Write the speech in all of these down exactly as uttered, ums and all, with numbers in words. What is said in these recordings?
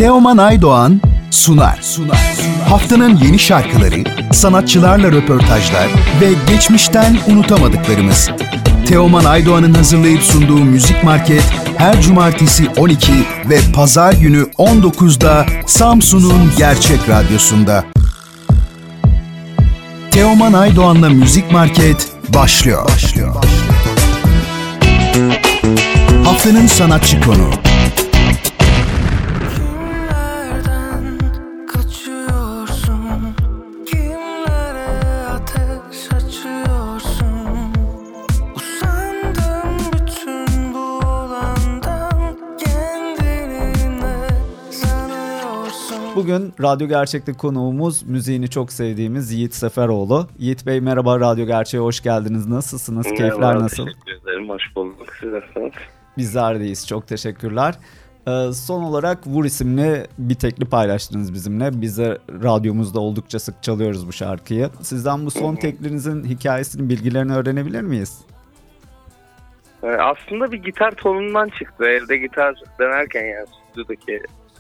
Teoman Aydoğan sunar. sunar. Haftanın yeni şarkıları, sanatçılarla röportajlar ve geçmişten unutamadıklarımız. Teoman Aydoğan'ın hazırlayıp sunduğu Müzik Market her cumartesi on iki ve pazar günü on dokuzda Samsun'un Gerçek Radyosu'nda. Teoman Aydoğan'la Müzik Market başlıyor. başlıyor. Haftanın sanatçı konuğu. Bugün Radyo Gerçek'te konuğumuz müziğini çok sevdiğimiz Yiğit Seferoğlu. Yiğit Bey merhaba, Radyo Gerçek'e hoş geldiniz. Nasılsınız? Merhaba, keyifler nasıl? Teşekkür ederim, hoş bulduk. Siz nasılsınız? Bizler deyiz, çok teşekkürler. Ee, son olarak Vur isimli bir tekli paylaştınız bizimle. Biz de radyomuzda oldukça sık çalıyoruz bu şarkıyı. Sizden bu son teklinizin hikayesini, bilgilerini öğrenebilir miyiz? Ee, aslında bir gitar tonundan çıktı. Evde gitar denerken, yani stüdyodaki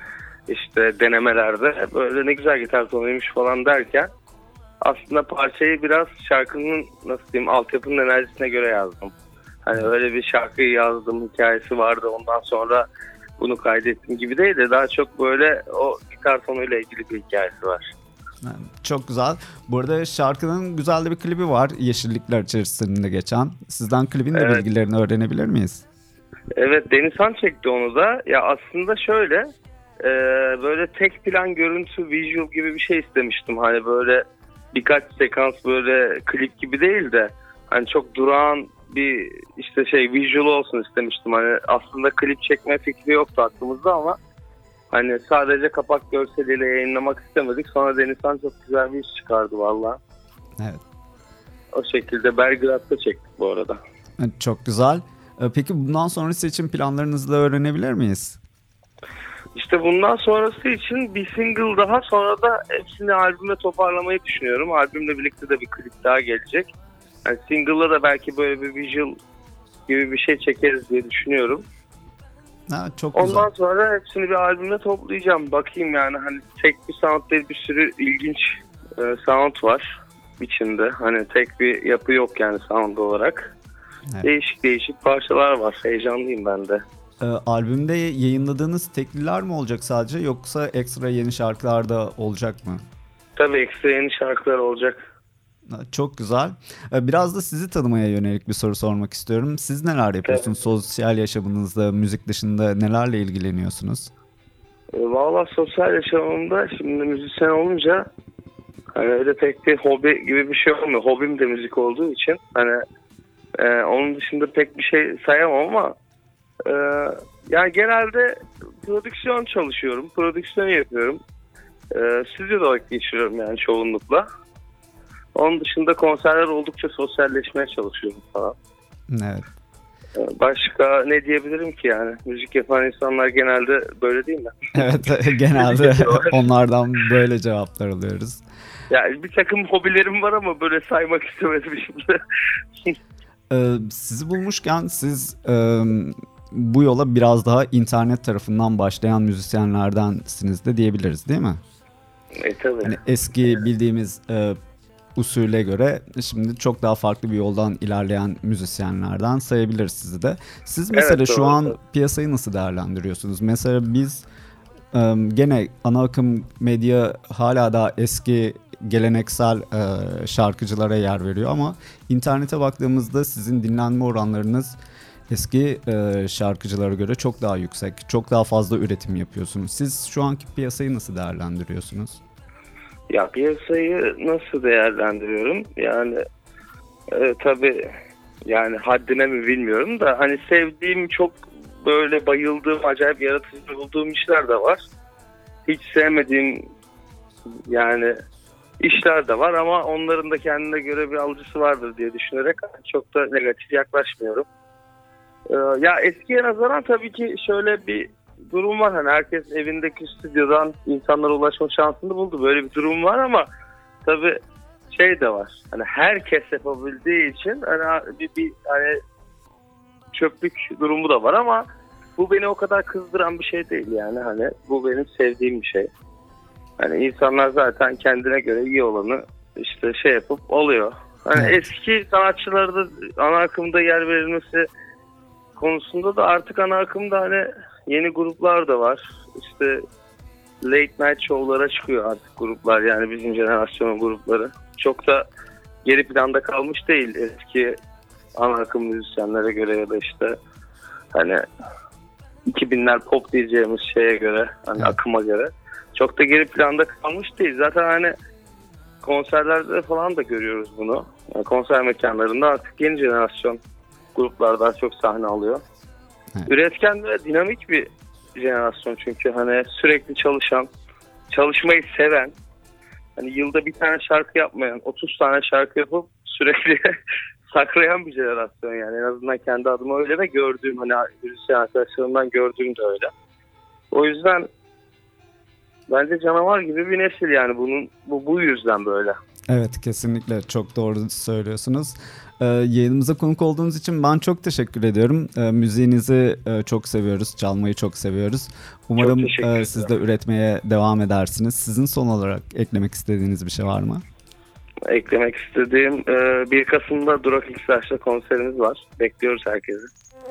işte denemelerde böyle ne güzel gitar tonuymuş falan derken aslında parçayı biraz şarkının, nasıl diyeyim, altyapının enerjisine göre yazdım. Hani öyle bir şarkıyı yazdım, hikayesi vardı, ondan sonra bunu kaydettim gibi değil de daha çok böyle o gitar tonuyla ilgili bir hikayesi var. Çok güzel. Bu arada şarkının güzel de bir klibi var, Yeşillikler içerisinde geçen. Sizden klibin de evet. bilgilerini öğrenebilir miyiz? Evet, Denizhan çekti onu da. Ya aslında şöyle, e, böyle tek plan görüntü, visual gibi bir şey istemiştim. Hani böyle birkaç sekans böyle klip gibi değil de hani çok durağan bir işte şey visual olsun istemiştim. Hani aslında klip çekme fikri yoktu aklımızda ama hani sadece kapak görseliyle yayınlamak istemedik. Sonra Denizhan çok güzel bir iş çıkardı valla. Evet. O şekilde Belgrad'da çektik bu arada. Evet, çok güzel. Peki bundan sonrası için planlarınızı da öğrenebilir miyiz? İşte bundan sonrası için bir single daha, sonra da hepsini albüme toparlamayı düşünüyorum. Albümle birlikte de bir klip daha gelecek. Yani single'la da belki böyle bir visual gibi bir şey çekeriz diye düşünüyorum. Ha, çok güzel. Ondan sonra hepsini bir albümle toplayacağım. Bakayım yani, hani tek bir sound değil, bir sürü ilginç e, sound var içinde. Hani tek bir yapı yok yani sound olarak. Evet. Değişik değişik parçalar var. Heyecanlıyım ben de. E, albümde yayınladığınız tekliler mi olacak sadece, yoksa ekstra yeni şarkılar da olacak mı? Tabii ekstra yeni şarkılar olacak. Çok güzel. Biraz da sizi tanımaya yönelik bir soru sormak istiyorum. Siz neler yapıyorsunuz? Evet. Sosyal yaşamınızda, müzik dışında nelerle ilgileniyorsunuz? E, Valla sosyal yaşamımda şimdi müzisyen olunca hani öyle pek bir hobi gibi bir şey olmuyor. Hobim de müzik olduğu için hani e, onun dışında pek bir şey sayamam ama e, yani genelde prodüksiyon çalışıyorum. Prodüksiyon yapıyorum. E, stüdyoda vakit geçiriyorum yani çoğunlukla. Onun dışında konserler oldukça sosyalleşmeye çalışıyorum falan. Evet. Başka ne diyebilirim ki yani? Müzik yapan insanlar genelde böyle değil mi? Evet, genelde onlardan böyle cevaplar alıyoruz. Yani bir takım hobilerim var ama böyle saymak istemedim şimdi. ee, sizi bulmuşken siz e, bu yola biraz daha internet tarafından başlayan müzisyenlerdensiniz de diyebiliriz değil mi? E tabii. Yani eski bildiğimiz e, usule göre şimdi çok daha farklı bir yoldan ilerleyen müzisyenlerden sayabiliriz sizi de. Siz mesela evet, şu an piyasayı nasıl değerlendiriyorsunuz? Mesela biz e, gene ana akım medya hala daha eski geleneksel e, şarkıcılara yer veriyor ama internete baktığımızda sizin dinlenme oranlarınız eski e, şarkıcılara göre çok daha yüksek. Çok daha fazla üretim yapıyorsunuz. Siz şu anki piyasayı nasıl değerlendiriyorsunuz? Ya piyasayı nasıl değerlendiriyorum? Yani e, tabii yani haddine mi bilmiyorum da hani sevdiğim, çok böyle bayıldığım, acayip yaratıcı bulduğum işler de var. Hiç sevmediğim yani işler de var ama onların da kendine göre bir alıcısı vardır diye düşünerek çok da negatif yaklaşmıyorum. Ee, ya eskiye nazaran tabii ki şöyle bir durum var. Hani herkes evindeki stüdyodan insanlara ulaşma şansını buldu. Böyle bir durum var ama tabii şey de var. Hani herkes yapabildiği için hani bir, bir hani çöplük durumu da var ama bu beni o kadar kızdıran bir şey değil yani. Hani bu benim sevdiğim bir şey. Hani insanlar zaten kendine göre iyi olanı işte şey yapıp oluyor. Hani evet. Eski sanatçılara da ana akımda yer verilmesi konusunda da artık ana akımda hani yeni gruplar da var. İşte late night show'lara çıkıyor artık gruplar, yani bizim jenerasyonun grupları. Çok da geri planda kalmış değil eski ana akım müzisyenlere göre ya da işte hani iki binler pop diyeceğimiz şeye göre, hani evet. akıma göre. Çok da geri planda kalmış değil. Zaten hani konserlerde falan da görüyoruz bunu. Yani konser mekanlarında artık yeni jenerasyon gruplar daha çok sahne alıyor. Evet. Üretken ve dinamik bir jenerasyon çünkü hani sürekli çalışan, çalışmayı seven, hani yılda bir tane şarkı yapmayan, otuz tane şarkı yapıp sürekli saklayan bir jenerasyon yani. En azından kendi adıma öyle ve gördüğüm, hani müzisyen arkadaşlarımdan gördüğüm de öyle. O yüzden bence canavar gibi bir nesil yani, bunun bu bu yüzden böyle. Evet, kesinlikle çok doğru söylüyorsunuz. Ee, yayınımıza konuk olduğunuz için ben çok teşekkür ediyorum. Ee, müziğinizi e, çok seviyoruz, çalmayı çok seviyoruz. Umarım e, siz de üretmeye devam edersiniz. Sizin son olarak eklemek istediğiniz bir şey var mı? Eklemek istediğim e, bir Kasım'da Durak İktisaç'ta konserimiz var. Bekliyoruz herkesi.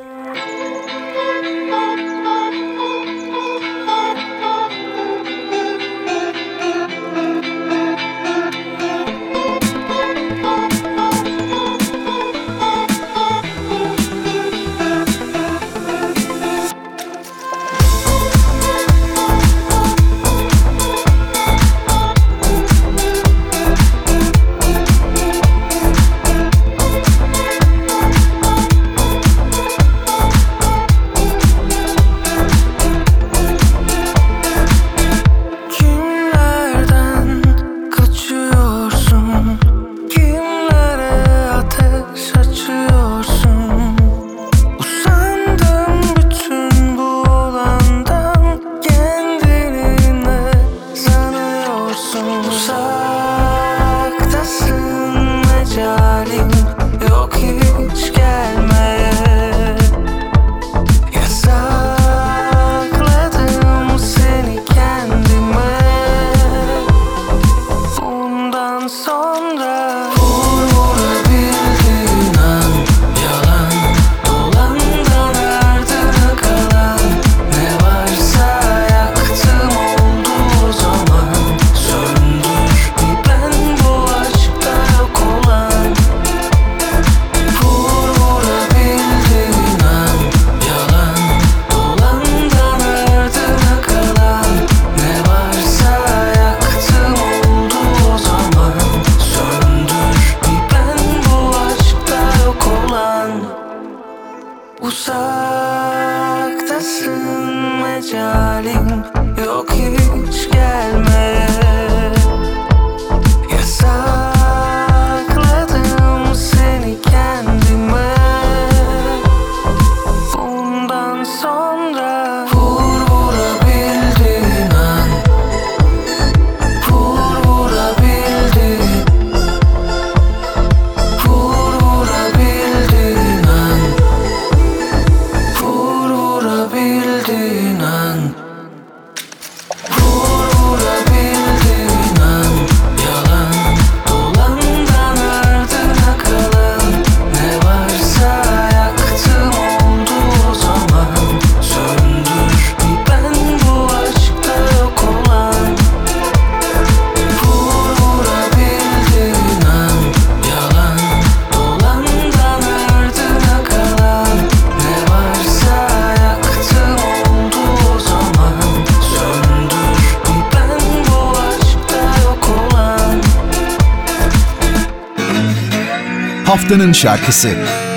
Haftanın şarkısı.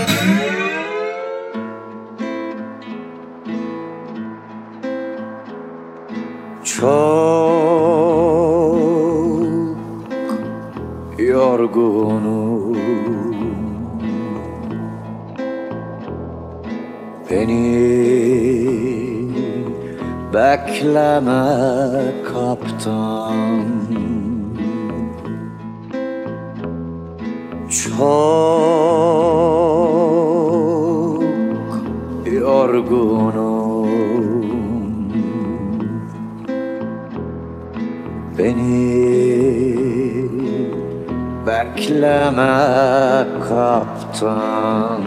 Çok yorgunum, beni bekleme kaptan. Çok yorgunum, Beni bekleme kaptan.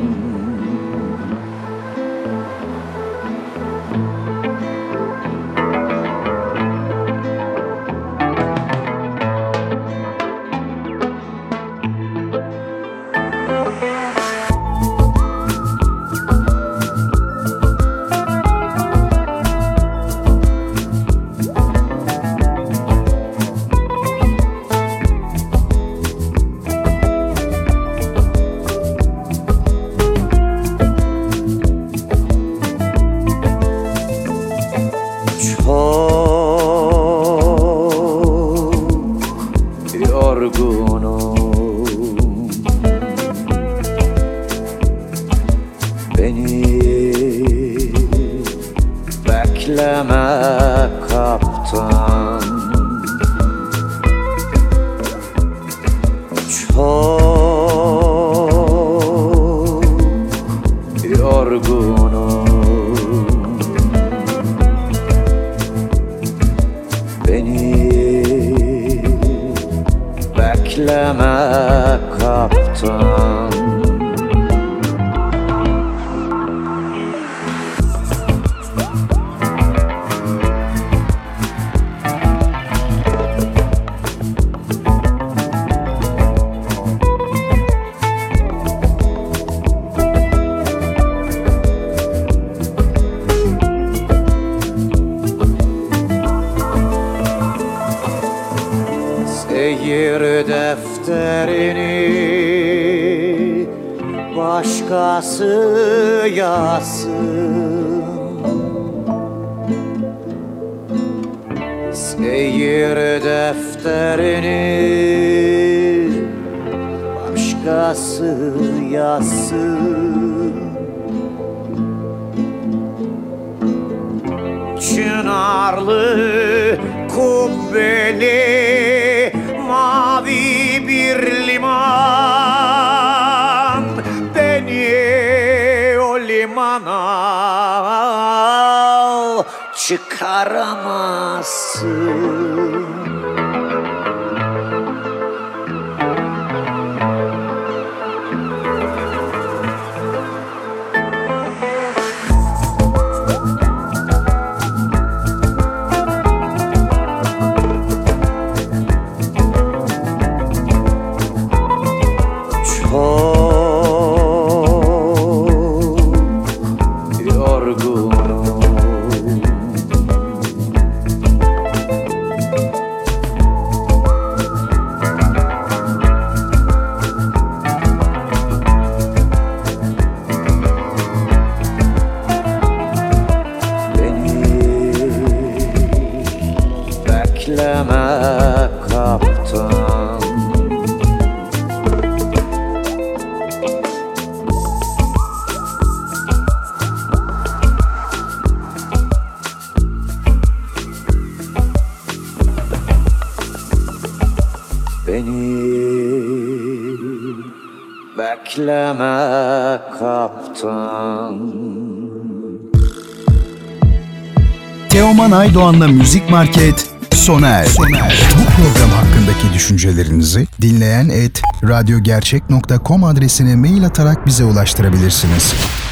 Seyir defterini başkası yazsın. Seyir defterini başkası yazsın. Çınarlı kubbeli mavi bir liman, beni o limana çıkaramazsın. Bekleme kaptan. Beni bekleme kaptan. Teoman Aydoğan'la Müzik Market sona erdi. Bu program hakkındaki düşüncelerinizi dinleyen et radyogercek nokta com adresine mail atarak bize ulaştırabilirsiniz.